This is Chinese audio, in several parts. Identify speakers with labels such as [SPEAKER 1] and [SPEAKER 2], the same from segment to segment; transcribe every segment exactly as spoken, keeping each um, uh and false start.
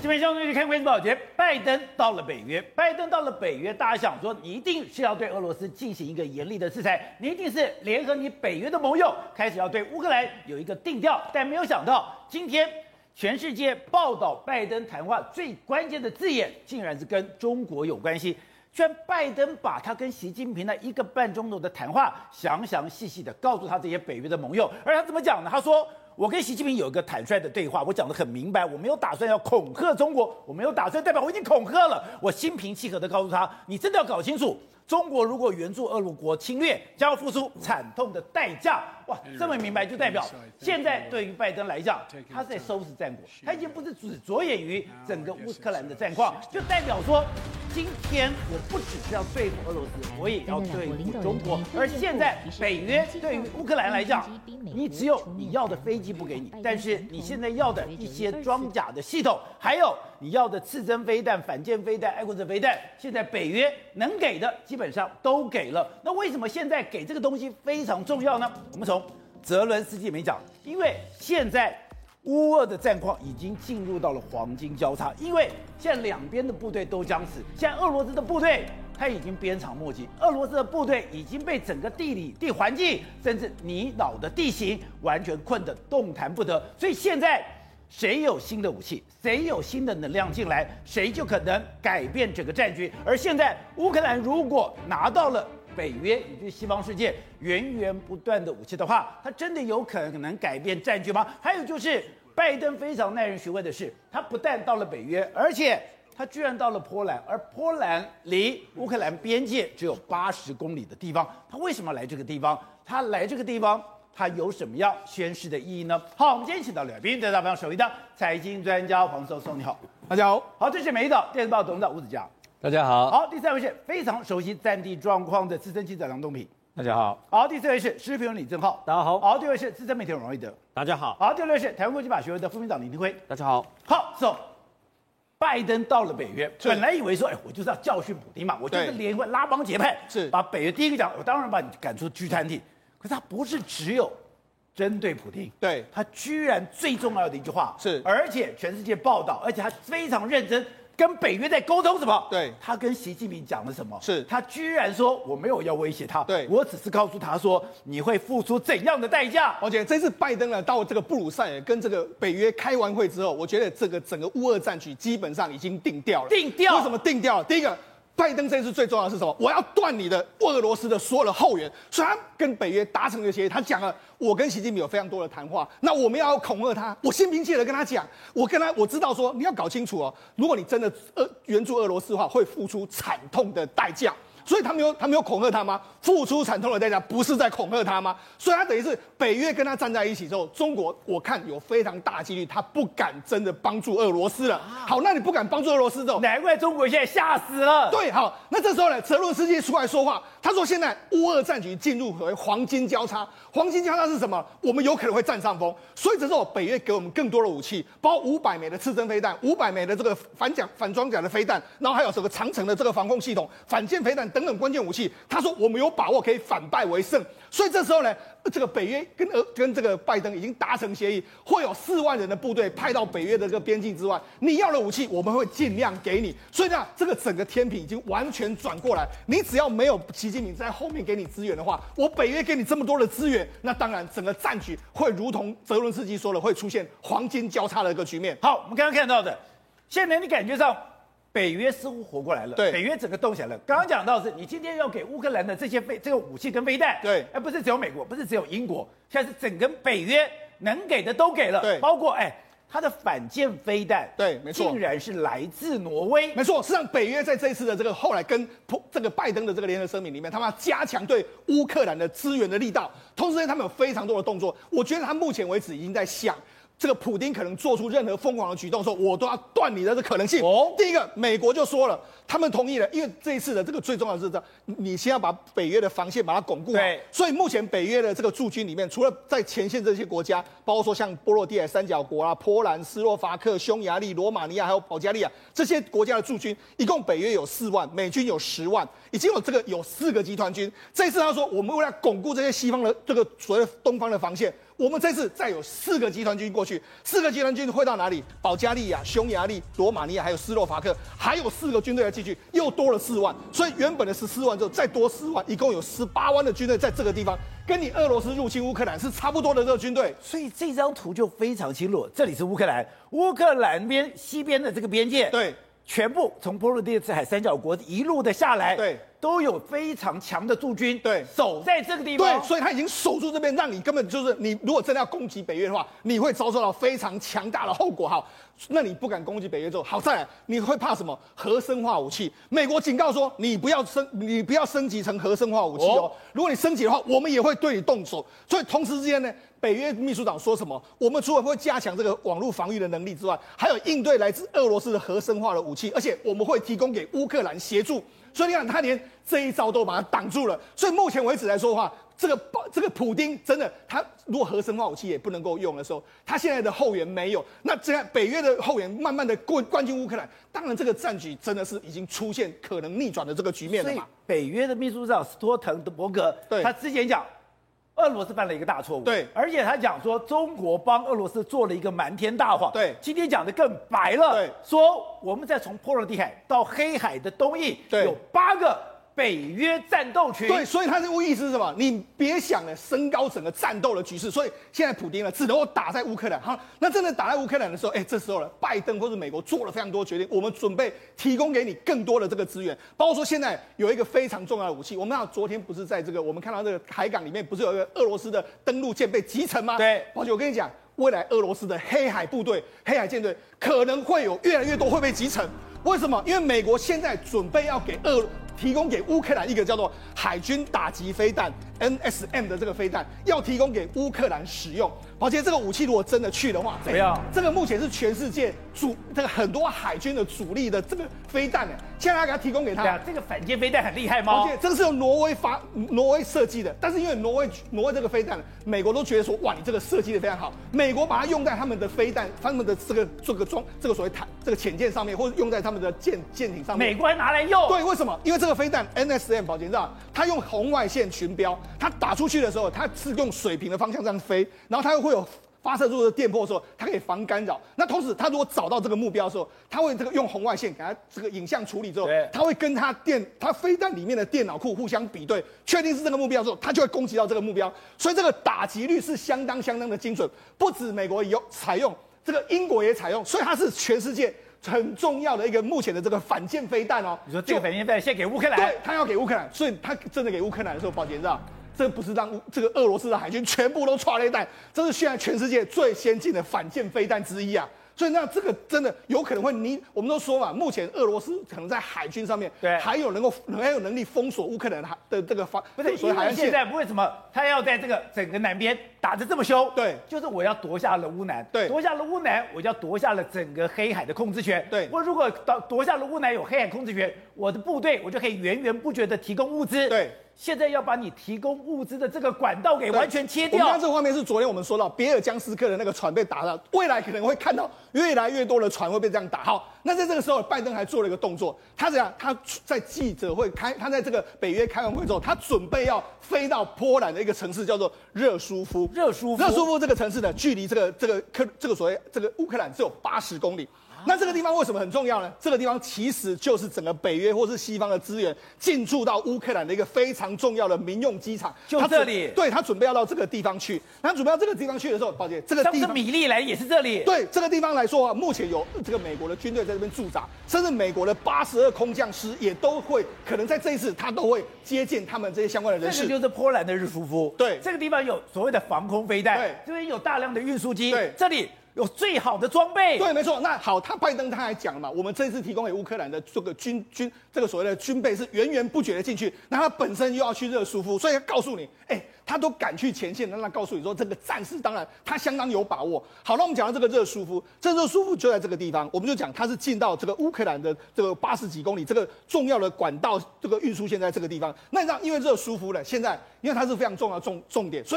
[SPEAKER 1] 这边相对去看《卫视保洁》，拜登到了北约，拜登到了北约，大家想说，你一定是要对俄罗斯进行一个严厉的制裁，你一定是联合你北约的盟友，开始要对乌克兰有一个定调。但没有想到，今天全世界报道拜登谈话最关键的字眼，竟然是跟中国有关系。居然拜登把他跟习近平那一个半钟头的谈话，详详细细的告诉他这些北约的盟友，而他怎么讲呢？他说，我跟习近平有一个坦率的对话，我讲得很明白，我没有打算要恐吓中国，我没有打算代表我已经恐吓了，我心平气和的告诉他，你真的要搞清楚，中国如果援助俄国侵略，将要付出惨痛的代价。哇，这么明白，就代表现在对于拜登来讲，他在收拾战果，他已经不是只着眼于整个乌克兰的战况，就代表说，今天我不只是要对付俄罗斯，我也要对付中国。而现在北约对于乌克兰来讲，你只有你要的飞机不给你，但是你现在要的一些装甲的系统，还有你要的刺针飞弹、反舰飞弹、爱国者飞弹，现在北约能给的基本上都给了。那为什么现在给这个东西非常重要呢？我们从泽伦斯基没讲，因为现在乌俄的战况已经进入到了黄金交叉，因为现在两边的部队都将死，现在俄罗斯的部队他已经鞭长莫及，俄罗斯的部队已经被整个地理地环境甚至泥淖的地形完全困得动弹不得，所以现在谁有新的武器，谁有新的能量进来，谁就可能改变整个战局。而现在乌克兰如果拿到了北约以及西方世界源源不断的武器的话，它真的有可能改变战局吗？还有就是拜登非常耐人寻味的是，他不但到了北约，而且他居然到了波兰，而波兰离乌克兰边界只有八十公里的地方，他为什么来这个地方？他来这个地方，他有什么样宣示的意义呢？好，我们今天请到了来宾，在大方首位的财经专家黄寿松，你好，
[SPEAKER 2] 大家好。
[SPEAKER 1] 好，这是美岛电视报董事长吴子嘉。
[SPEAKER 2] 大家好。
[SPEAKER 1] 好，第三位是非常熟悉战地状况的资深记者梁东平。
[SPEAKER 2] 大家好。
[SPEAKER 1] 好，第四位是时评人李正浩。
[SPEAKER 2] 大家好。
[SPEAKER 1] 好，第五位是资深媒体人王一德。
[SPEAKER 2] 大家好。
[SPEAKER 1] 好，第六位是台湾国际法学会的副秘书长林廷辉。
[SPEAKER 2] 大家好。
[SPEAKER 1] 好 ，so 拜登到了北约，本来以为说，哎，我就是要教训普丁嘛，我就是联合拉帮结派，
[SPEAKER 2] 是
[SPEAKER 1] 把北约第一个讲，我当然把你赶出居餐厅。可是他不是只有针对普丁，
[SPEAKER 2] 对，
[SPEAKER 1] 他居然最重要的一句话
[SPEAKER 2] 是，
[SPEAKER 1] 而且全世界报道，而且他非常认真。跟北约在沟通什么？
[SPEAKER 2] 对，
[SPEAKER 1] 他跟习近平讲了什么？
[SPEAKER 2] 是
[SPEAKER 1] 他居然说我没有要威胁他，
[SPEAKER 2] 对
[SPEAKER 1] 我只是告诉他说你会付出怎样的代价。
[SPEAKER 2] 而且这次拜登呢到这个布鲁塞尔跟这个北约开完会之后，我觉得这个整个乌俄战局基本上已经定调了。
[SPEAKER 1] 定调？
[SPEAKER 2] 为什么定调了？第一个，拜登这次最重要的是什么？我要断你的俄罗斯的所有的后援，所以他跟北约达成了协议。他讲了，我跟习近平有非常多的谈话，那我们要恐吓他。我心平气和的跟他讲，我跟他我知道说你要搞清楚哦，如果你真的呃援助俄罗斯的话，会付出惨痛的代价。所以他没有他没有恐吓他吗？付出惨痛的代价，不是在恐吓他吗？所以他等于是北约跟他站在一起之后，中国我看有非常大几率他不敢真的帮助俄罗斯了。好，那你不敢帮助俄罗斯之后，
[SPEAKER 1] 难怪中国现在吓死了。
[SPEAKER 2] 对，好，那这时候呢，泽伦斯基出来说话，他说现在乌俄战局进入所谓黄金交叉，黄金交叉是什么？我们有可能会占上风，所以这时候北约给我们更多的武器，包括五百枚的刺针飞弹，五百枚的这个反甲反装甲的飞弹，然后还有这个长程的这个防空系统、反舰飞弹等等关键武器。他说我们有把握可以反败为胜，所以这时候呢，这个北约跟俄跟这个拜登已经达成协议，会有四万人的部队派到北约的这个边境之外，你要的武器我们会尽量给你。所以呢，这个整个天平已经完全转过来，你只要没有习近平在后面给你支援的话，我北约给你这么多的资源，那当然整个战局会如同泽伦斯基说的，会出现黄金交叉的一个局面。
[SPEAKER 1] 好，我们刚刚看到的，现在你感觉上北约似乎活过来了，
[SPEAKER 2] 对，
[SPEAKER 1] 北约整个动起来了。刚刚讲到的是，你今天要给乌克兰的这些飞这个武器跟飞弹，
[SPEAKER 2] 对，
[SPEAKER 1] 而不是只有美国，不是只有英国，现在是整个北约能给的都给了，
[SPEAKER 2] 对，
[SPEAKER 1] 包括哎。它的反舰飞弹，
[SPEAKER 2] 对，没错，
[SPEAKER 1] 竟然是来自挪威。
[SPEAKER 2] 没错，事实上，北约在这一次的这个后来跟这个拜登的这个联合声明里面，他们要加强对乌克兰的支援的力道，同时他们有非常多的动作。我觉得他目前为止已经在想，这个普丁可能做出任何疯狂的举动的时候，我都要断你的这可能性。哦，第一个，美国就说了，他们同意了，因为这一次的这个最重要的是这，你先要把北约的防线把它巩固好。
[SPEAKER 1] 对，
[SPEAKER 2] 所以目前北约的这个驻军里面，除了在前线这些国家，包括说像波罗的海三角国啊、波兰、斯洛伐克、匈牙利、罗马尼亚还有保加利亚这些国家的驻军，一共北约有四万，美军有十万，已经有这个有四个集团军。这一次他说，我们为了巩固这些西方的这个所谓东方的防线， 我们这次再有四个集团军过去，四个集团军会到哪里？保加利亚、匈牙利、罗马尼亚还有斯洛伐克，还有四个军队要进去，又多了四万。所以原本的十四万之后再多四万，一共有十八万的军队在这个地方，跟你俄罗斯入侵乌克兰是差不多的这个军队。
[SPEAKER 1] 所以这张图就非常清楚，这里是乌克兰，乌克兰边西边的这个边界，
[SPEAKER 2] 对。
[SPEAKER 3] 全部从波罗的海三角国一路的下来，
[SPEAKER 2] 对，
[SPEAKER 3] 都有非常强的驻军，
[SPEAKER 2] 对，
[SPEAKER 3] 守在这个地方，
[SPEAKER 2] 对，所以他已经守住这边，让你根本就是你如果真的要攻击北约的话，你会遭受到非常强大的后果。好，那你不敢攻击北约之后，好再来，你会怕什么？核生化武器。美国警告说，你不要升，你不要升级成核生化武器哦。哦如果你升级的话，我们也会对你动手。所以同时之间呢，北约秘书长说什么？我们除了会加强这个网络防御的能力之外，还有应对来自俄罗斯的核生化的武器，而且我们会提供给乌克兰协助。所以你看，他连这一招都把它挡住了。所以目前为止来说的话，这个这个普丁真的，他如果核生化武器也不能够用的时候，他现在的后援没有，那这样北约的后援慢慢的灌灌进乌克兰，当然这个战局真的是已经出现可能逆转的这个局面了嘛。
[SPEAKER 1] 所以北约的秘书长斯托滕伯格，他之前讲。俄罗斯犯了一个大错误，
[SPEAKER 2] 对，
[SPEAKER 1] 而且他讲说中国帮俄罗斯做了一个瞒天大谎，
[SPEAKER 2] 对，
[SPEAKER 1] 今天讲的更白了，
[SPEAKER 2] 对，
[SPEAKER 1] 说我们在从波罗的海到黑海的东翼，
[SPEAKER 2] 对，
[SPEAKER 1] 有八个北约战斗群，
[SPEAKER 2] 对，所以他这个意思是什么？你别想了，升高整个战斗的局势，所以现在普丁呢只能够打在乌克兰。好，那真的打在乌克兰的时候，哎，这时候了，拜登或是美国做了非常多决定，我们准备提供给你更多的这个资源，包括说现在有一个非常重要的武器，我们看昨天不是在这个我们看到这个海港里面不是有一个俄罗斯的登陆舰被击沉吗？
[SPEAKER 1] 对，
[SPEAKER 2] 宝姐，我跟你讲，未来俄罗斯的黑海部队、黑海舰队可能会有越来越多会被击沉。为什么？因为美国现在准备要给俄提供给乌克兰一个叫做海军打击飞弹 N S M 的这个飞弹，要提供给乌克兰使用。而且这个武器如果真的去的话，
[SPEAKER 1] 怎么样？
[SPEAKER 2] 这个目前是全世界主这个很多海军的主力的这个飞弹呢，现在要给他提供给他。
[SPEAKER 1] 对啊，这个反舰飞弹很厉害吗？
[SPEAKER 2] 而且这个是用挪威发挪威设计的，但是因为挪威挪威这个飞弹，美国都觉得说哇，你这个设计的非常好，美国把它用在他们的飞弹、他们的这个这个装这个所谓坦这个潜舰上面，或者用在他们的舰舰艇上面。
[SPEAKER 1] 美国还拿来用？
[SPEAKER 2] 对，为什么？因为这个飞弹 N S M 宝剑知道，它用红外线巡标，它打出去的时候，它是用水平的方向这样飞，然后它又会有发射出的电波的时候，它可以防干扰。那同时，它如果找到这个目标的时候，它会这个用红外线给它这个影像处理之后，它会跟它电它飞弹里面的电脑库互相比对，确定是这个目标之后，它就会攻击到这个目标。所以这个打击率是相当相当的精准，不止美国有采用，这个英国也采用，所以它是全世界很重要的一个目前的这个反舰飞弹哦。
[SPEAKER 1] 你说这个反舰飞弹先给乌克兰，
[SPEAKER 2] 对，他要给乌克兰，所以他真的给乌克兰的时候，宝杰知道。这不是让这个俄罗斯的海军全部都踹雷弹，这是现在全世界最先进的反舰飞弹之一啊！所以那这个真的有可能会你我们都说嘛，目前俄罗斯可能在海军上面，
[SPEAKER 1] 对，
[SPEAKER 2] 还有能够还有能力封锁乌克兰的这个方，
[SPEAKER 1] 不是？因为现在为什么他要在这个整个南边打得这么凶？
[SPEAKER 2] 对，
[SPEAKER 1] 就是我要夺下了乌南，
[SPEAKER 2] 对，
[SPEAKER 1] 夺下了乌南，我就要夺下了整个黑海的控制权。
[SPEAKER 2] 对，
[SPEAKER 1] 我如果夺夺下了乌南有黑海控制权，我的部队我就可以源源不绝的提供物资。
[SPEAKER 2] 对。
[SPEAKER 1] 现在要把你提供物资的这个管道给完全切掉。
[SPEAKER 2] 我们看这个画面是昨天我们说到别尔江斯克的那个船被打到，未来可能会看到越来越多的船会被这样打。好，那在这个时候，拜登还做了一个动作，他怎样？他在记者会开，他在这个北约开完会之后，他准备要飞到波兰的一个城市，叫做热舒夫。
[SPEAKER 1] 热舒夫，
[SPEAKER 2] 热舒夫这个城市呢，距离这个这个克这个所谓这个乌克兰只有八十公里。那这个地方为什么很重要呢？这个地方其实就是整个北约或是西方的资源进驻到乌克兰的一个非常重要的民用机场，
[SPEAKER 1] 就这里。
[SPEAKER 2] 对，他准备要到这个地方去。他准备到这个地方去的时候，宝姐，这个地方，
[SPEAKER 1] 米利兰也是这里。
[SPEAKER 2] 对，这个地方来说啊，目前有这个美国的军队在这边驻扎，甚至美国的八十二空降师也都会可能在这一次他都会接见他们这些相关的人士。
[SPEAKER 1] 这个就是波兰的日舒夫。
[SPEAKER 2] 对，
[SPEAKER 1] 这个地方有所谓的防空飞弹，
[SPEAKER 2] 对，
[SPEAKER 1] 这边有大量的运输机。
[SPEAKER 2] 对，
[SPEAKER 1] 这里有最好的装备。
[SPEAKER 2] 对，没错。那好，他拜登他还讲了嘛，我们这一次提供给乌克兰的这个军军这个所谓的军备是源源不绝的进去，那他本身又要去热舒夫，所以他告诉你，哎、欸，他都赶去前线，那他告诉你说这个战事当然他相当有把握。好，那我们讲到这个热舒夫，这热舒夫就在这个地方，我们就讲它是进到这个乌克兰的这个八十几公里这个重要的管道这个运输线在这个地方。那你知道，因为热舒夫呢，现在因为它是非常重要的重重点，所以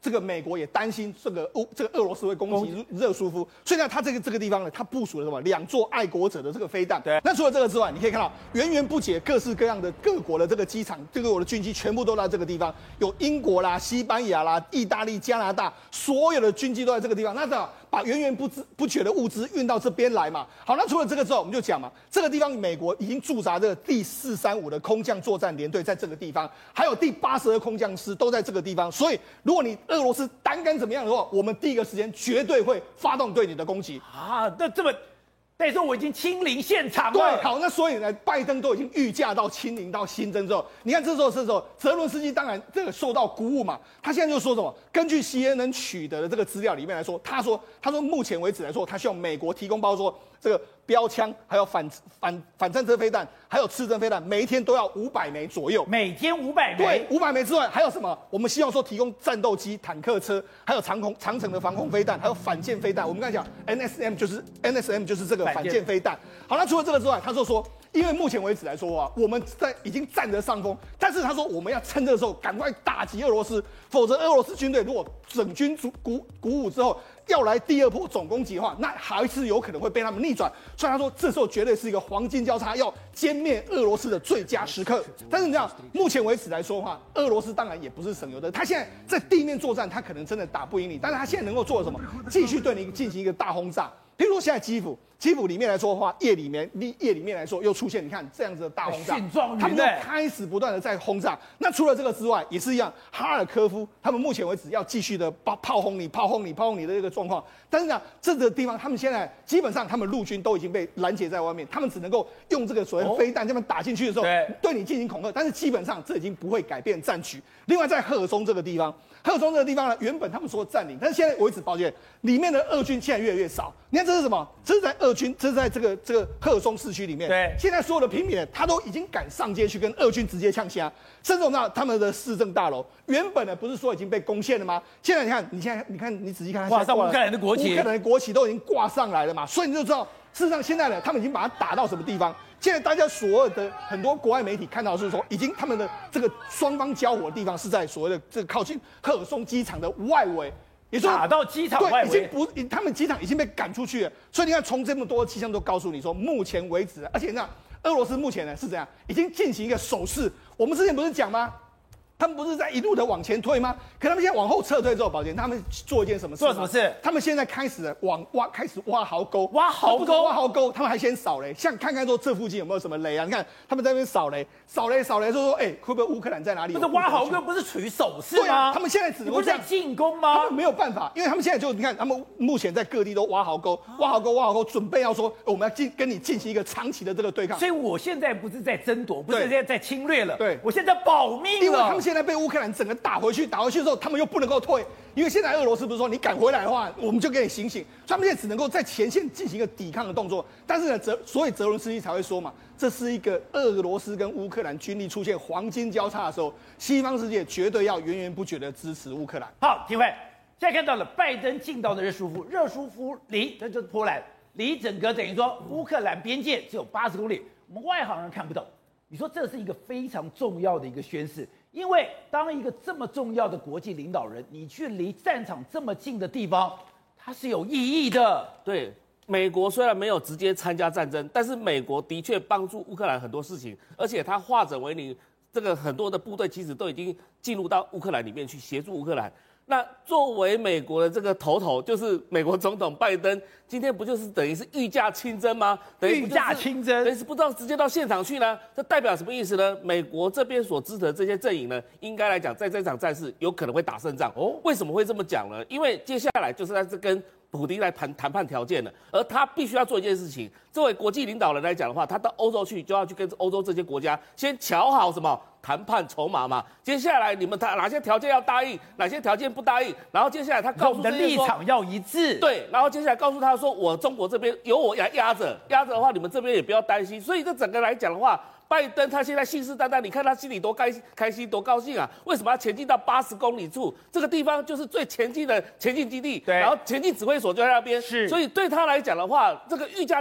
[SPEAKER 2] 这个美国也担心这个欧这个俄罗斯会攻击热苏夫，所以呢，他这个这个地方呢，他部署了什么两座爱国者的这个飞弹。
[SPEAKER 1] 对，
[SPEAKER 2] 那除了这个之外，你可以看到源源不绝各式各样的各国的这个机场，各国的军机全部都在这个地方，有英国啦、西班牙啦、意大利、加拿大，所有的军机都在这个地方。那这样把源源不不不绝的物资运到这边来嘛。好，那除了这个之后，我们就讲嘛，这个地方美国已经驻扎这个第四三五的空降作战联队在这个地方，还有第八十二空降师都在这个地方。所以，如果你俄罗斯胆敢怎么样的话，我们第一个时间绝对会发动对你的攻击
[SPEAKER 1] 啊！那这么，等于说我已经亲临现场了。
[SPEAKER 2] 对，好，那所以呢，拜登都已经御驾到亲临到新增之后，你看这时候这时候，泽伦斯基当然这个受到鼓舞嘛，他现在就说什么？根据 C N N 取得的这个资料里面来说，他说他说目前为止来说，他希望美国提供包括说这个标枪，还有反反反战车飞弹，还有刺针飞弹，每一天都要五百枚左右。
[SPEAKER 1] 每天五百枚。
[SPEAKER 2] 对，五百枚之外还有什么？我们希望说提供战斗机、坦克车，还有长空长程的防空飞弹，还有反舰飞弹。我们刚才讲 N S M 就是 N S M 就是这个反舰飞弹。好，那除了这个之外，他就说，因为目前为止来说啊，我们在已经占得上风，但是他说我们要趁这个时候赶快打击俄罗斯，否则俄罗斯军队如果整军鼓鼓舞之后，要来第二波总攻击的话，那还是有可能会被他们逆转。所以他说，这时候绝对是一个黄金交叉，要歼灭俄罗斯的最佳时刻。但是你知道，目前为止来说的话，俄罗斯当然也不是省油的。他现在在地面作战，他可能真的打不赢你，但是他现在能够做的什么？继续对你进行一个大轰炸。譬如说现在基辅，基辅里面来说的话，夜里面夜里面来说又出现，你看这样子的大轰炸，他们就开始不断的在轰炸。那除了这个之外，也是一样，哈尔科夫他们目前为止要继续的炮炮轰你、炮轰你、炮轰你的这个状况。但是呢，这个地方他们现在基本上他们陆军都已经被拦截在外面，他们只能够用这个所谓的飞弹这么打进去的时候，
[SPEAKER 1] 对
[SPEAKER 2] 对你进行恐吓。但是基本上这已经不会改变战局。另外在赫尔松这个地方。赫尔松这个地方呢，原本他们说占领，但是现在为止，抱歉，里面的俄军现在越来越少。你看这是什么？这是在俄军，这是在这个这个赫尔松市区里面。
[SPEAKER 1] 对，
[SPEAKER 2] 现在所有的平民呢，他都已经敢上街去跟俄军直接呛虾，甚至我们知道他们的市政大楼原本呢不是说已经被攻陷了吗？现在你看，你现在你看，你仔细看，
[SPEAKER 1] 挂上乌克兰的国旗，
[SPEAKER 2] 乌克兰的国旗都已经挂上来了嘛，所以你就知道，事实上现在呢，他们已经把它打到什么地方？现在大家所有的很多国外媒体看到的是说，已经他们的这个双方交火的地方是在所谓的这个靠近赫尔松机场的外围，也就是
[SPEAKER 1] 打到机场外围，
[SPEAKER 2] 对，已经不，他们机场已经被赶出去了。所以你看，从这么多气象都告诉你说，目前为止，而且那俄罗斯目前呢是怎样，已经进行一个手势。我们之前不是讲吗？他们不是在一路的往前退吗？可他们现在往后撤退之后，宝剑他们做一件什么事？
[SPEAKER 1] 做什么事？
[SPEAKER 2] 他们现在开始往挖，开始挖壕沟，
[SPEAKER 1] 挖壕沟，
[SPEAKER 2] 挖壕沟。他们还先扫雷，像看看说这附近有没有什么雷啊？你看他们在那边扫雷，扫雷，扫雷，就说哎、欸，会不会乌克兰在哪里？
[SPEAKER 1] 不是挖壕沟，不是处于守势吗？
[SPEAKER 2] 对啊，他们现在只能够
[SPEAKER 1] 在进攻吗？
[SPEAKER 2] 他们没有办法，因为他们现在就你看，他们目前在各地都挖壕沟，挖壕沟，挖壕沟，准备要说、欸、我们要进跟你进行一个长期的这个对抗。
[SPEAKER 1] 所以我现在不是在争夺，不是现在在侵略了，
[SPEAKER 2] 对，
[SPEAKER 1] 我现在保命了。
[SPEAKER 2] 因为他们现在被乌克兰整个打回去，打回去之后，他们又不能够退，因为现在俄罗斯不是说你敢回来的话，我们就给你醒醒，所以他们现在只能够在前线进行一个抵抗的动作。但是呢，泽所以泽伦斯基才会说嘛，这是一个俄罗斯跟乌克兰军力出现黄金交叉的时候，西方世界绝对要源源不绝的支持乌克兰。
[SPEAKER 1] 好，体会，现在看到了拜登进到的热舒夫，热舒夫离这就是波兰，离整个等于说乌克兰边界只有八十公里，我们外行人看不懂。你说这是一个非常重要的一个宣示。因为当一个这么重要的国际领导人，你去离战场这么近的地方，它是有意义的。
[SPEAKER 4] 对，美国虽然没有直接参加战争，但是美国的确帮助乌克兰很多事情，而且他化整为零，这个很多的部队其实都已经进入到乌克兰里面去协助乌克兰。那作为美国的这个头头，就是美国总统拜登，今天不就是等于是御驾亲征吗？等于
[SPEAKER 1] 御驾亲征，
[SPEAKER 4] 等于是不知道直接到现场去呢？这代表什么意思呢？美国这边所支持的这些阵营呢，应该来讲，在这场战事有可能会打胜仗。哦，为什么会这么讲呢？因为接下来就是在这跟普丁来谈谈判条件了，而他必须要做一件事情。作为国际领导人来讲的话，他到欧洲去就要去跟欧洲这些国家先瞧好什么谈判筹码嘛。接下来你们谈哪些条件要答应，哪些条件不答应，然后接下来他告诉
[SPEAKER 1] 我们的立场要一致。
[SPEAKER 4] 对，然后接下来告诉他说，我中国这边有我压压着，压着的话，你们这边也不要担心。所以这整个来讲的话，拜登他现在信誓旦旦，你看他心里多开心、开心、多高兴啊！为什么要前进到八十公里处？这个地方就是最前进的前进基地，
[SPEAKER 1] 对，
[SPEAKER 4] 然后前进指挥所就在那边。
[SPEAKER 1] 是，
[SPEAKER 4] 所以对他来讲的话，这个御驾亲征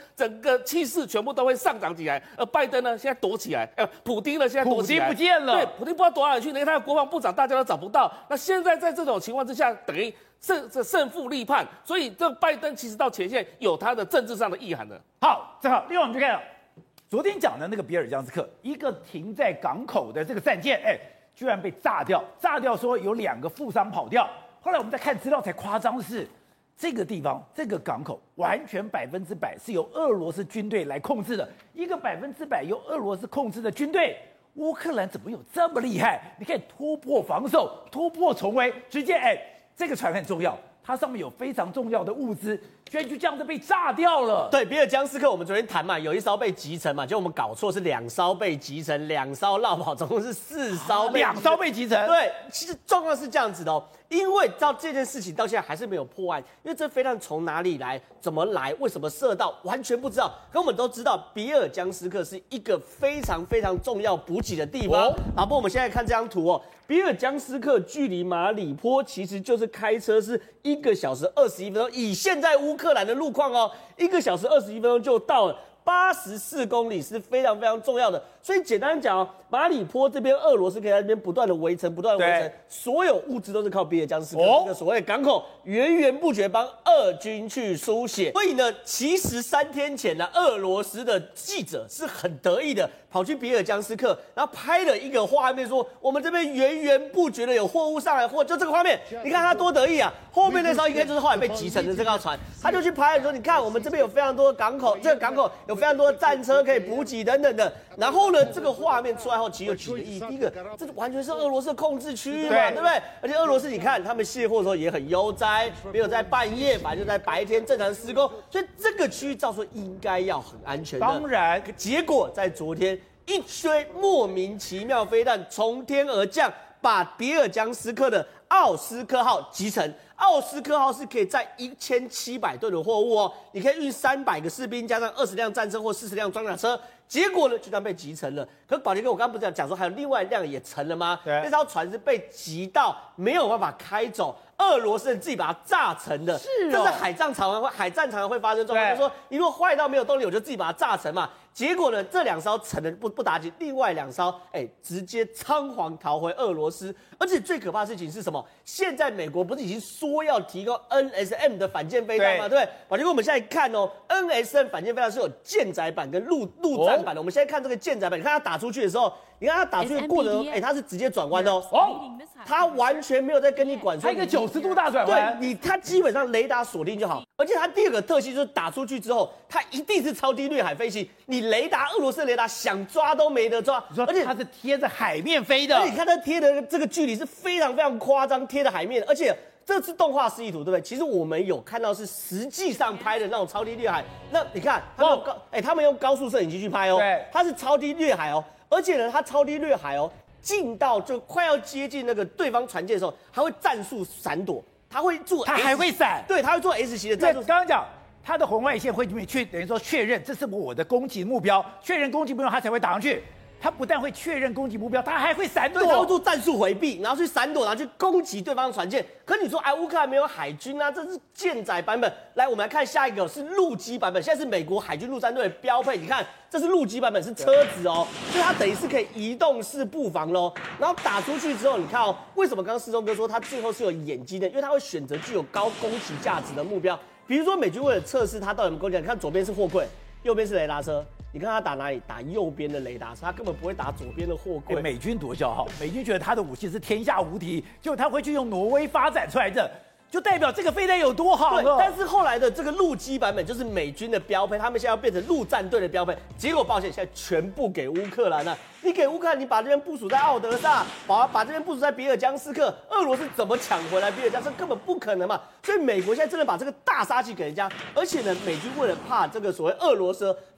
[SPEAKER 4] 整个气势全部都会上涨起来。而拜登呢，现在躲起来，呃，普丁呢，现在躲起来，
[SPEAKER 1] 普丁不见了，
[SPEAKER 4] 对，普丁不知道躲哪里去，连他的国防部长大家都找不到。那现在在这种情况之下，等于胜这胜负立判，所以这拜登其实到前线有他的政治上的意涵的。
[SPEAKER 1] 好，正好，另外我们就看到昨天讲的那个比尔江斯克，一个停在港口的这个战舰，哎，居然被炸掉，炸掉说有两个富商跑掉。后来我们再看资料才夸张的是，这个地方这个港口完全百分之百是由俄罗斯军队来控制的，一个百分之百由俄罗斯控制的军队。乌克兰怎么有这么厉害？你可以突破防守，突破重围，直接哎，这个船很重要，它上面有非常重要的物资，居然就这样子被炸掉了。
[SPEAKER 5] 对，比尔江斯克，我们昨天谈嘛，有一艘被击沉嘛，就我们搞错是两艘被击沉，两艘落跑，总共是四艘被击沉，
[SPEAKER 1] 两艘被击沉。
[SPEAKER 5] 对，其实状况是这样子的哦。因为到这件事情到现在还是没有破案，因为这飞弹从哪里来、怎么来、为什么射到，完全不知道。可我们都知道，比尔江斯克是一个非常非常重要补给的地方。哦、好，不，我们现在看这张图哦，比尔江斯克距离马里坡其实就是开车是一个小时二十一分钟，以现在乌克兰的路况哦，一个小时二十一分钟就到了。八十四公里是非常非常重要的，所以简单讲哦，马里坡这边俄罗斯可以在这边不断的围城，不断的围城，所有物资都是靠比尔江斯克这个所谓的港口源源不绝帮俄军去输血。所以呢，其实三天前呢，俄罗斯的记者是很得意的，跑去比尔江斯克，然后拍了一个画面说，我们这边源源不绝的有货物上来，货就这个画面，你看他多得意啊！后面那艘应该就是后来被击沉的这艘船，他就去拍说，你看我们这边有非常多的港口，这个港口有。有非常多的战车可以补给等等的，然后呢，这个画面出来后，其实有几个意义。第一个，这完全是俄罗斯的控制区域嘛，对不对？而且俄罗斯，你看他们卸货的时候也很悠哉，没有在半夜，反正就在白天正常施工，所以这个区域照说应该要很安全的。
[SPEAKER 1] 当然，
[SPEAKER 5] 结果在昨天一堆莫名其妙飞弹从天而降，把比尔江斯克的奥斯科号击沉。奥斯科号是可以载一千七百吨的货物哦，你可以运三百个士兵，加上二十辆战车或四十辆装甲车。结果呢，就这样被击沉了。可宝杰哥，我刚刚不是讲说还有另外一辆也沉了吗？那艘船是被击到没有办法开走，俄罗斯人自己把它炸沉的。
[SPEAKER 1] 是哦，
[SPEAKER 5] 这是海战常常会海战常常会发生状况，就是说你如果坏到没有动力，我就自己把它炸沉嘛。结果呢，这两艘沉的不不打紧，另外两艘哎直接仓皇逃回俄罗斯。而且最可怕的事情是什么？现在美国不是已经说要提供 N S M 的反舰飞弹吗？对不对？宝杰哥，我们现在看哦 ，N S M 反舰飞弹是有舰载版跟陆陆战版的。哦、我们现在看这个舰载版，你看它打出去的时候，你看它打出去的过程，哎，它是直接转弯哦。哦，它完全没有在跟你管说，
[SPEAKER 1] 它一个九十度大转弯，
[SPEAKER 5] 对你，它基本上雷达锁定就好。而且它第二个特性就是打出去之后，它一定是超低掠海飞行，你雷达俄罗斯的雷达想抓都没得抓，
[SPEAKER 1] 而且它是贴着海面飞的。
[SPEAKER 5] 而且你看它贴的这个距离是非常非常夸张，贴着海面，而且。这是动画示意图，对不对？其实我们有看到是实际上拍的那种超低掠海。那你看，他们用高，哎、欸，他们用高速摄影机去拍哦，
[SPEAKER 1] 对，
[SPEAKER 5] 它是超低掠海哦，而且呢，它超低掠海哦，近到就快要接近那个对方船舰的时候，它会战术闪躲，它会做，
[SPEAKER 1] 它还会闪，
[SPEAKER 5] 对，它会做 S 型的战术。
[SPEAKER 1] 刚刚讲。它的红外线会去等于说确认这是我的攻击目标，确认攻击目标它才会打上去。它不但会确认攻击目标，它还会闪躲，
[SPEAKER 5] 对，它会做战术回避，然后去闪躲，然后去攻击对方的船舰。可你说，哎，乌克兰没有海军啊，这是舰载版本。来，我们来看下一个是陆基版本，现在是美国海军陆战队的标配。你看，这是陆基版本，是车子哦，所以它等于是可以移动式布防喽。然后打出去之后，你看哦，为什么刚刚世忠哥说它最后是有眼睛的？因为它会选择具有高攻击价值的目标。比如说，美军为了测试它到底有没有攻击，你看左边是货柜，右边是雷达车。你看他打哪里？打右边的雷达车，他根本不会打左边的货柜。
[SPEAKER 1] 欸、美军多骄傲，美军觉得他的武器是天下无敌，结果他会去用挪威发展出来的，就代表这个飞弹有多好了。
[SPEAKER 5] 对，但是后来的这个陆基版本就是美军的标配，他们现在要变成陆战队的标配，结果抱歉，现在全部给乌克兰了。你给乌克兰，你把这边部署在奥德萨，把把这边部署在比尔江斯克，俄罗斯怎么抢回来比尔江斯克？根本不可能嘛。所以美国现在真的把这个大杀器给人家，而且呢，美军为了怕这个所谓俄罗斯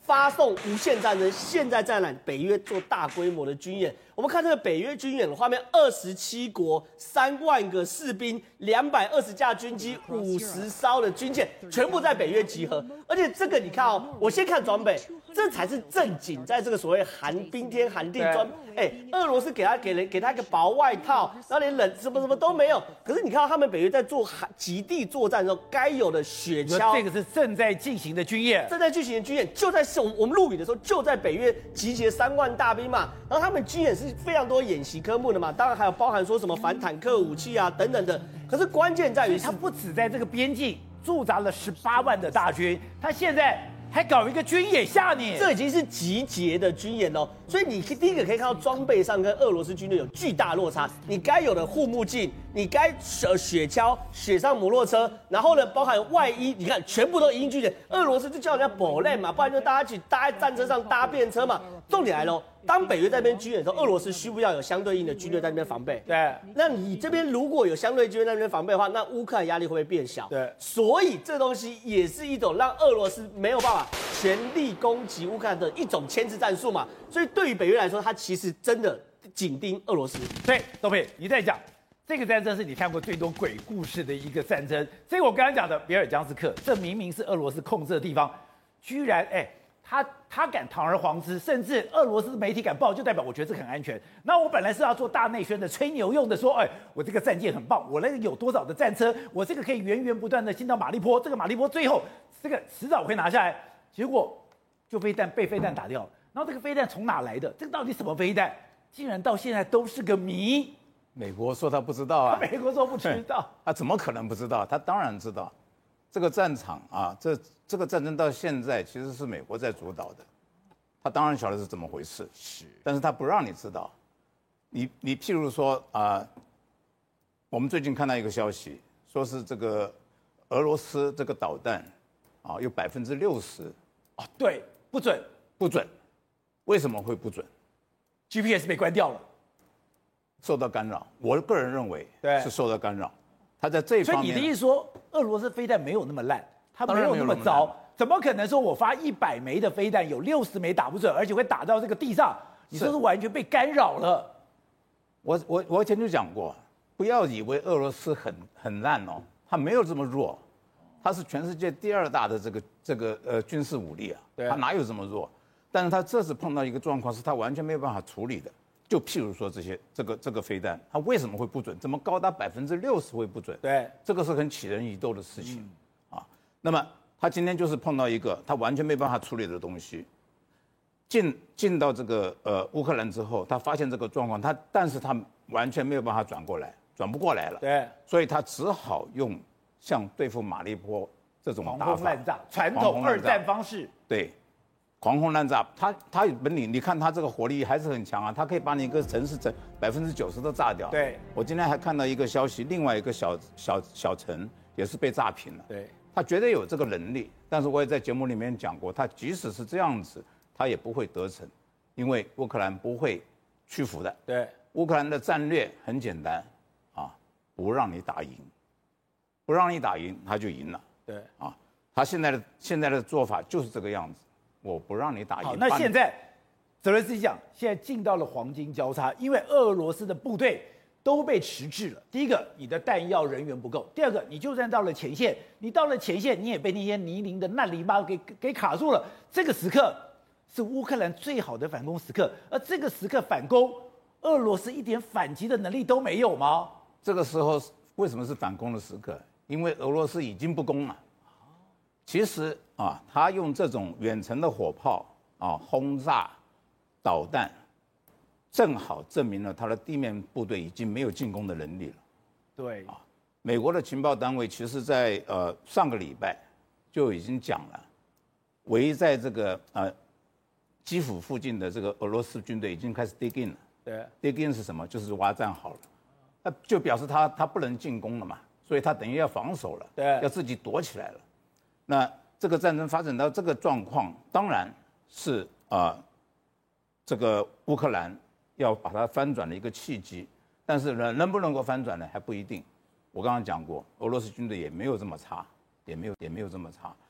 [SPEAKER 5] 发送无限战争，现在在哪？北约做大规模的军演。我们看这个北约军演的画面，二十七国、三万个士兵、两百二十架军机、五十艘的军舰，全部在北约集合。而且这个你看哦，我先看装备，这才是正经在这个所谓寒冰天寒地装。哎，俄罗斯给他给了给他一个薄外套，然后连冷什么什么都没有。可是你看到他们北约在做极地作战的时候，该有的雪橇，
[SPEAKER 1] 这个是正在进行的军演，
[SPEAKER 5] 正在进行的军演就在我我们录影的时候，就在北约集结三万大兵嘛。然后他们军演是非常多演习科目的嘛，当然还有包含说什么反坦克武器啊等等的。可是关键在于，
[SPEAKER 1] 他不止在这个边境驻扎了十八万的大军，他现在还搞一个军演吓你，
[SPEAKER 5] 这已经是集结的军演哦。所以你第一个可以看到装备上跟俄罗斯军队有巨大落差。你该有的护目镜，你该呃雪橇、雪上摩托车，然后呢包含外衣，你看全部都一应俱全。俄罗斯就叫人家保练嘛，不然就大家一起搭在战车上搭便车嘛。重点来喽。当北约在那边军演的时候，俄罗斯需不需要有相对应的军队在那边防备？
[SPEAKER 1] 对。那
[SPEAKER 5] 你这边如果有相对军队在那边防备的话，那乌克兰压力会不会变小？
[SPEAKER 1] 对。
[SPEAKER 5] 所以这东西也是一种让俄罗斯没有办法全力攻击乌克兰的一种牵制战术嘛。所以对于北约来说，它其实真的紧盯俄罗斯。
[SPEAKER 1] 对，豆培，你在讲这个战争是你看过最多鬼故事的一个战争。这个我刚才讲的比尔江斯克，这明明是俄罗斯控制的地方，居然哎。他他敢堂而皇之，甚至俄罗斯媒体敢报，就代表我觉得这很安全。那我本来是要做大内宣的，吹牛用的，说，哎，我这个战舰很棒，我那个有多少的战车，我这个可以源源不断的进到马利坡，这个马利坡最后这个迟早会拿下来。结果就飞弹被飞弹打掉了，然后这个飞弹从哪来的？这个到底什么飞弹？竟然到现在都是个谜。
[SPEAKER 6] 美国说他不知道啊，
[SPEAKER 1] 美国说不知道，
[SPEAKER 6] 他怎么可能不知道？他当然知道。这个战场啊，这这个战争到现在其实是美国在主导的，他当然晓得是怎么回事，是，但是他不让你知道。你你譬如说啊、呃，我们最近看到一个消息，说是这个俄罗斯这个导弹啊，有百分之六十
[SPEAKER 1] 哦，对，不准，
[SPEAKER 6] 不准。为什么会不准
[SPEAKER 1] ？G P S 被关掉了，
[SPEAKER 6] 受到干扰。我个人认为是受到干扰。他在这一方面，
[SPEAKER 1] 所以你的意思说，俄罗斯飞弹没有那么烂，它没有那么糟，怎么可能说我发一百枚的飞弹有六十枚打不准，而且会打到这个地上？你说是完全被干扰了。
[SPEAKER 6] 我我我以前就讲过，不要以为俄罗斯很很烂哦，它没有这么弱，它是全世界第二大的这个这个呃军事武力啊，它哪有这么弱？但是它这次碰到一个状况，是它完全没有办法处理的。就譬如说这些这个这个飞弹，它为什么会不准？怎么高达百分之六十会不准？
[SPEAKER 1] 对，
[SPEAKER 6] 这个是很起人疑窦的事情、嗯、啊。那么他今天就是碰到一个他完全没办法处理的东西，进进到这个呃乌克兰之后，他发现这个状况，他但是他完全没有办法转过来，转不过来了。
[SPEAKER 1] 对，
[SPEAKER 6] 所以他只好用像对付马利坡这种打法，
[SPEAKER 1] 狂轰滥炸，传统二战方式。
[SPEAKER 6] 对。狂轰滥炸，他他本领，你看他这个火力还是很强啊，他可以把你一个城市整百分之九十都炸掉。
[SPEAKER 1] 对，
[SPEAKER 6] 我今天还看到一个消息，另外一个小小小城也是被炸平了。
[SPEAKER 1] 对，
[SPEAKER 6] 他绝对有这个能力，但是我也在节目里面讲过，他即使是这样子，他也不会得逞，因为乌克兰不会屈服的。
[SPEAKER 1] 对，
[SPEAKER 6] 乌克兰的战略很简单啊，不让你打赢，不让你打赢，他就赢了。
[SPEAKER 1] 对，
[SPEAKER 6] 啊，他现在的现在的做法就是这个样子。我不让你打赢。
[SPEAKER 1] 好，那现在泽连斯基讲，现在进到了黄金交叉，因为俄罗斯的部队都被迟滞了。第一个，你的弹药人员不够；第二个，你就算到了前线，你到了前线，你也被那些泥泞的烂泥巴给给卡住了。这个时刻是乌克兰最好的反攻时刻，而这个时刻反攻，俄罗斯一点反击的能力都没有吗？
[SPEAKER 6] 这个时候为什么是反攻的时刻？因为俄罗斯已经不攻了。其实啊，他用这种远程的火炮啊轰炸导弹，正好证明了他的地面部队已经没有进攻的能力了。
[SPEAKER 1] 对
[SPEAKER 6] 啊，美国的情报单位其实在呃上个礼拜就已经讲了，围在这个呃基辅附近的这个俄罗斯军队已经开始 dig in 了。
[SPEAKER 1] 对
[SPEAKER 6] ，dig in 是什么？就是挖战好了，那就表示他他不能进攻了嘛，所以他等于要防守了，
[SPEAKER 1] 对，
[SPEAKER 6] 要自己躲起来了。那这个战争发展到这个状况，当然是啊、呃，这个乌克兰要把它翻转的一个契机。但是呢，能不能够翻转呢，还不一定。我刚刚讲过，俄罗斯军队也没有这么差，也没有也没有这么差。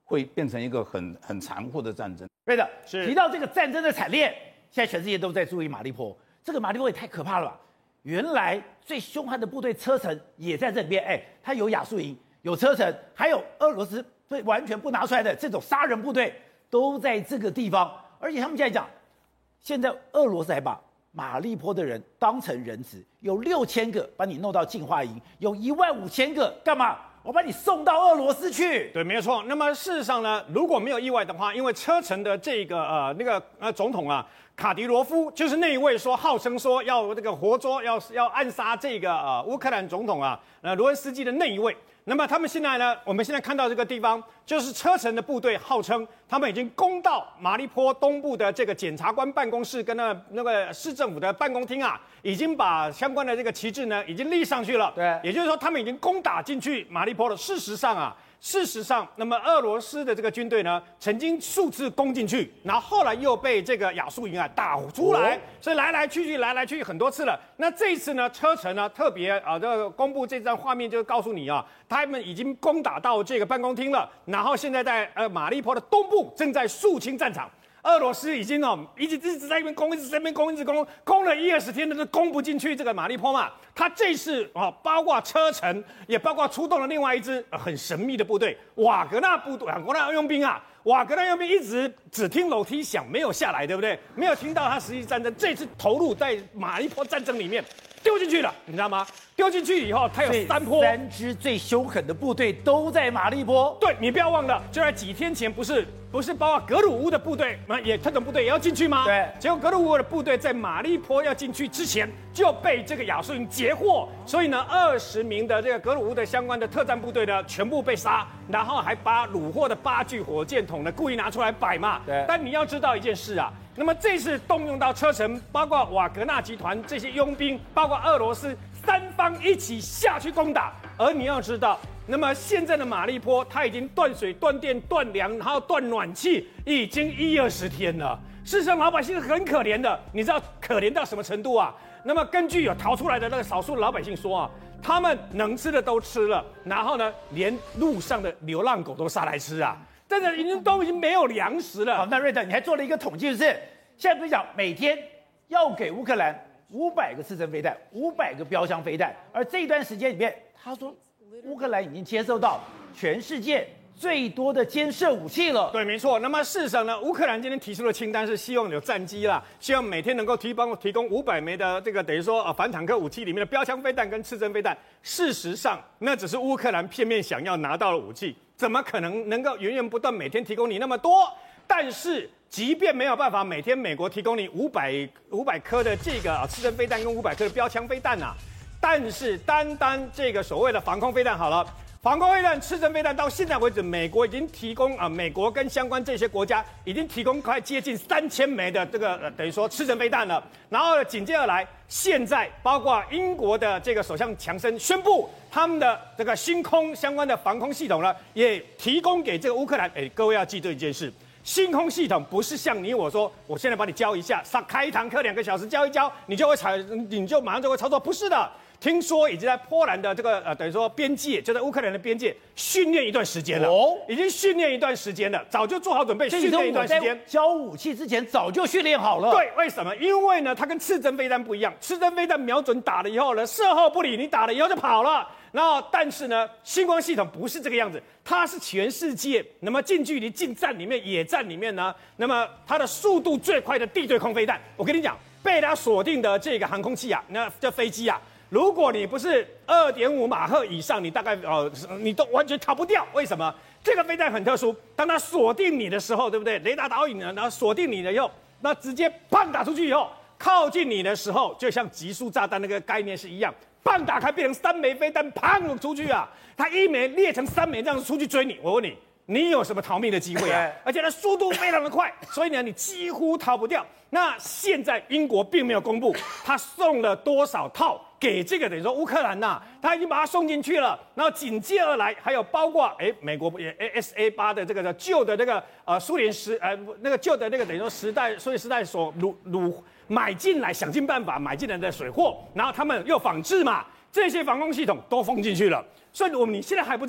[SPEAKER 6] 会变成一个很很残酷的战争。
[SPEAKER 1] 对的，
[SPEAKER 7] 是
[SPEAKER 1] 提到这个战争的惨烈，现在全世界都在注意马利坡。这个马利坡也太可怕了吧！原来最凶悍的部队车臣也在这边，哎，它有亚速营，有车臣，还有俄罗斯对完全不拿出来的这种杀人部队都在这个地方。而且他们现在讲，现在俄罗斯还把马利坡的人当成人质，有六千个把你弄到净化营，有一万五千个干嘛？我把你送到俄罗斯去。
[SPEAKER 7] 对，没有错。那么事实上呢，如果没有意外的话，因为车臣的这个呃那个呃总统啊，卡迪罗夫就是那一位说号称说要这个活捉要要暗杀这个呃乌克兰总统啊，呃罗恩斯基的那一位。那么他们现在呢，我们现在看到这个地方，就是车臣的部队号称他们已经攻到马利坡东部的这个检察官办公室跟那那个市政府的办公厅啊，已经把相关的这个旗帜呢已经立上去了。
[SPEAKER 1] 对，
[SPEAKER 7] 也就是说他们已经攻打进去马利坡了。事实上啊。事实上，那么俄罗斯的这个军队呢，曾经数次攻进去，然后后来又被这个亚速营啊打出来，哦、所以来来去去，来来去去很多次了。那这一次呢，车臣呢特别啊，这个公布这张画面，就告诉你啊，他们已经攻打到这个办公厅了，然后现在在呃马利坡的东部正在肃清战场。俄罗斯已经哦，一直一直在那边攻，一直在那边攻，一直攻，攻了一二十天都攻不进去这个马利坡嘛。他这次哦，包括车臣，也包括出动了另外一支、呃、很神秘的部队——瓦格纳部队，瓦格纳佣兵啊。瓦格纳佣兵一直只听楼梯响，没有下来，对不对？没有听到他实际战争。这次投入在马利坡战争里面，丢进去了，你知道吗？丢进去以后，他有三波，
[SPEAKER 1] 三支最凶狠的部队都在马利坡。
[SPEAKER 7] 对，你不要忘了，就在几天前，不是不是包括格鲁乌的部队，也特种部队也要进去吗？
[SPEAKER 1] 对。
[SPEAKER 7] 结果格鲁乌的部队在马利坡要进去之前就被这个亚速营截获，所以呢，二十名的这个格鲁乌的相关的特战部队呢，全部被杀，然后还把虏获的八具火箭筒呢故意拿出来摆嘛。
[SPEAKER 1] 对。
[SPEAKER 7] 但你要知道一件事啊。那么这次动用到车臣，包括瓦格纳集团这些佣兵，包括俄罗斯，三方一起下去攻打。而你要知道，那么现在的马利坡，它已经断水、断电、断粮，然后断暖气，已经一二十天了。事实上，老百姓是很可怜的，你知道可怜到什么程度啊？那么根据有逃出来的那个少数老百姓说啊，他们能吃的都吃了，然后呢，连路上的流浪狗都杀来吃啊。真的已经都已经没有粮食了。
[SPEAKER 1] 好，那瑞德，你还做了一个统计，就是现在不是讲每天要给乌克兰五百个刺针飞弹、五百个标枪飞弹，而这一段时间里面，他说乌克兰已经接受到全世界最多的监射武器了。
[SPEAKER 7] 对，没错。那么事实上呢，乌克兰今天提出的清单是希望有战机啦，希望每天能够提供提供五百枚的这个等于说呃反坦克武器里面的标枪飞弹跟刺针飞弹。事实上，那只是乌克兰片面想要拿到的武器。怎么可能能够源源不断每天提供你那么多？但是，即便没有办法每天美国提供你五百五百颗的这个啊刺针飞弹跟五百颗的标枪飞弹啊，但是单单这个所谓的防空飞弹好了，防空飞弹、刺针飞弹到现在为止，美国已经提供啊，美国跟相关这些国家已经提供快接近三千枚的这个、呃、等于说刺针飞弹了。然后紧接而来，现在包括英国的这个首相强生宣布，他们的这个星空相关的防空系统呢，也提供给这个乌克兰。哎，各位要记住一件事。星空系统不是像你我说，我现在把你教一下，上开一堂课两个小时教一教，你就会操，你就马上就会操作，不是的。听说已经在波兰的这个呃，等于说边界，就在乌克兰的边界训练一段时间了，哦，已经训练一段时间了，早就做好准备，训练一段时间。
[SPEAKER 1] 交武器之前早就训练好了。
[SPEAKER 7] 对，为什么？因为呢，它跟刺针飞弹不一样，刺针飞弹瞄准打了以后呢，事后不理，你打了以后就跑了。然后，但是呢，星光系统不是这个样子，它是全世界那么近距离近战里面、野战里面呢，那么它的速度最快的地对空飞弹。我跟你讲，被它锁定的这个航空器啊，那这飞机啊。如果你不是二点五马赫以上，你大概呃，你都完全逃不掉。为什么？这个飞弹很特殊，当它锁定你的时候，对不对？雷达导引呢，然后锁定你了以后，那直接砰打出去以后，靠近你的时候，就像集束炸弹那个概念是一样，砰打开变成三枚飞弹，砰出去啊！它一枚裂成三枚，这样出去追你。我问你。你有什么逃命的机会啊？而且它速度非常的快，所以呢，你几乎逃不掉。那现在英国并没有公布他送了多少套给这个等于说乌克兰呐、啊，他已经把它送进去了。然后紧接而来，还有包括哎美国也 S A 八的这个旧的那个呃苏联时呃那个旧的那个等于说时代苏联时代所掳掳买进来，想尽办法买进来的水货，然后他们又仿制嘛，这些防空系统都封进去了。所以我们你现在还不知道。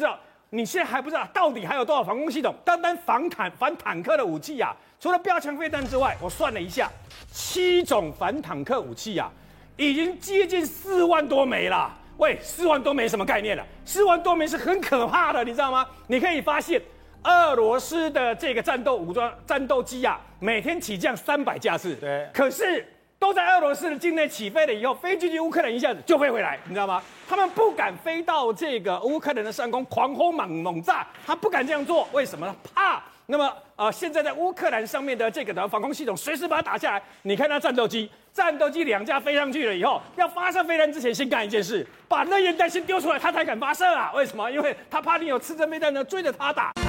[SPEAKER 7] 你现在还不知道到底还有多少防空系统？单单防坦反坦克的武器啊，除了标枪飞弹之外，我算了一下，七种反坦克武器啊，已经接近四万多枚了。喂，四万多枚什么概念了？四万多枚是很可怕的，你知道吗？你可以发现，俄罗斯的这个战斗武装战斗机啊，每天起降三百架次，
[SPEAKER 1] 对，
[SPEAKER 7] 可是都在俄罗斯的境内起飞了以后，飞进去乌克兰一下子就飞回来，你知道吗？他们不敢飞到这个乌克兰的上空狂轰猛猛炸，他不敢这样做，为什么呢？怕。那么呃，现在在乌克兰上面的这个的防空系统随时把它打下来。你看那战斗机，战斗机两架飞上去了以后，要发射飞弹之前，先干一件事，把热焰弹先丢出来，他才敢发射啊。为什么？因为他怕你有刺针飞弹呢追着他打。